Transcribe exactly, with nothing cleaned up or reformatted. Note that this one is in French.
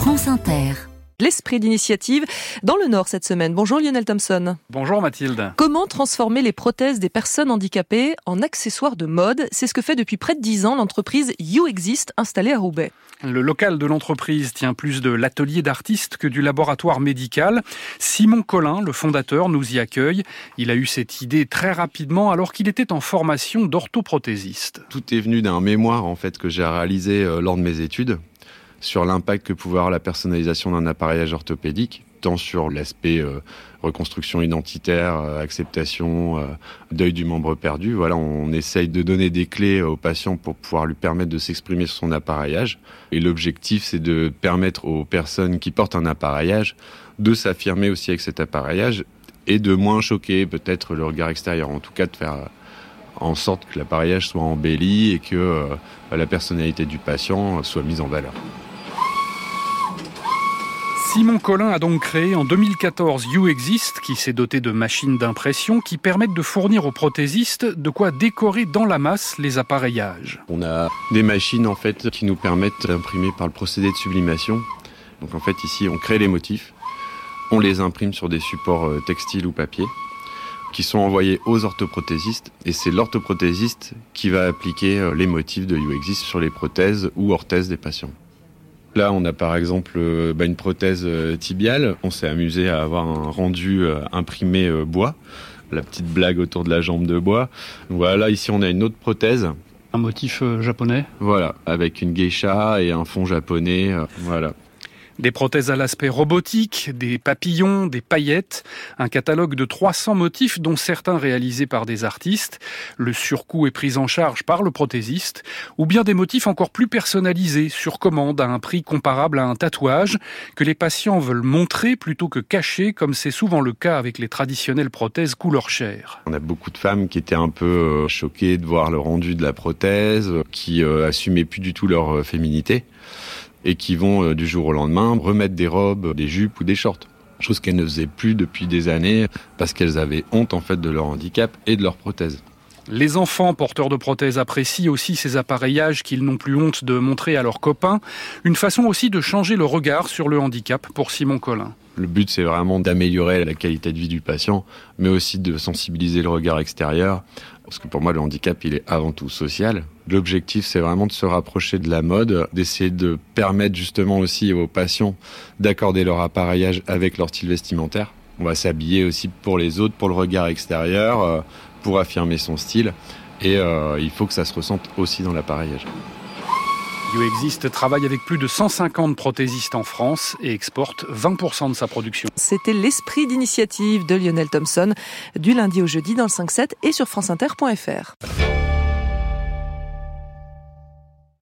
France Inter. L'esprit d'initiative dans le Nord cette semaine. Bonjour Lionel Thompson. Bonjour Mathilde. Comment transformer les prothèses des personnes handicapées en accessoires de mode ? C'est ce que fait depuis près de dix ans l'entreprise You Exist installée à Roubaix. Le local de l'entreprise tient plus de l'atelier d'artiste que du laboratoire médical. Simon Collin, le fondateur, nous y accueille. Il a eu cette idée très rapidement alors qu'il était en formation d'orthoprothésiste. Tout est venu d'un mémoire en fait que j'ai réalisé lors de mes études sur l'impact que pouvait avoir la personnalisation d'un appareillage orthopédique, tant sur l'aspect euh, reconstruction identitaire, euh, acceptation, euh, deuil du membre perdu. Voilà, on essaye de donner des clés aux patients pour pouvoir lui permettre de s'exprimer sur son appareillage. Et l'objectif, c'est de permettre aux personnes qui portent un appareillage de s'affirmer aussi avec cet appareillage et de moins choquer peut-être le regard extérieur. En tout cas, de faire en sorte que l'appareillage soit embelli et que euh, la personnalité du patient soit mise en valeur. Simon Collin a donc créé en deux mille quatorze You Exist, qui s'est doté de machines d'impression qui permettent de fournir aux prothésistes de quoi décorer dans la masse les appareillages. On a des machines en fait qui nous permettent d'imprimer par le procédé de sublimation. Donc en fait ici on crée les motifs, on les imprime sur des supports textiles ou papier qui sont envoyés aux orthoprothésistes et c'est l'orthoprothésiste qui va appliquer les motifs de You Exist sur les prothèses ou orthèses des patients. Là, on a par exemple bah, une prothèse tibiale. On s'est amusé à avoir un rendu euh, imprimé euh, bois. La petite blague autour de la jambe de bois. Voilà, ici on a une autre prothèse. Un motif euh, japonais. Voilà, avec une geisha et un fond japonais. Euh, voilà. Des prothèses à l'aspect robotique, des papillons, des paillettes, un catalogue de trois cents motifs dont certains réalisés par des artistes. Le surcoût est pris en charge par le prothésiste, ou bien des motifs encore plus personnalisés, sur commande à un prix comparable à un tatouage, que les patients veulent montrer plutôt que cacher, comme c'est souvent le cas avec les traditionnelles prothèses couleur chair. On a beaucoup de femmes qui étaient un peu choquées de voir le rendu de la prothèse, qui euh, assumaient plus du tout leur féminité, et qui vont euh, du jour au lendemain remettre des robes, des jupes ou des shorts. Chose qu'elles ne faisaient plus depuis des années parce qu'elles avaient honte en fait de leur handicap et de leur prothèse. Les enfants porteurs de prothèses apprécient aussi ces appareillages qu'ils n'ont plus honte de montrer à leurs copains. Une façon aussi de changer le regard sur le handicap pour Simon Collin. Le but, c'est vraiment d'améliorer la qualité de vie du patient, mais aussi de sensibiliser le regard extérieur. Parce que pour moi, le handicap, il est avant tout social. L'objectif, c'est vraiment de se rapprocher de la mode, d'essayer de permettre justement aussi aux patients d'accorder leur appareillage avec leur style vestimentaire. On va s'habiller aussi pour les autres, pour le regard extérieur, pour affirmer son style. Et euh, il faut que ça se ressente aussi dans l'appareillage. You Exist travaille avec plus de cent cinquante prothésistes en France et exporte vingt pour cent de sa production. C'était l'esprit d'initiative de Lionel Thompson du lundi au jeudi dans le cinq sept et sur franceinter point f r.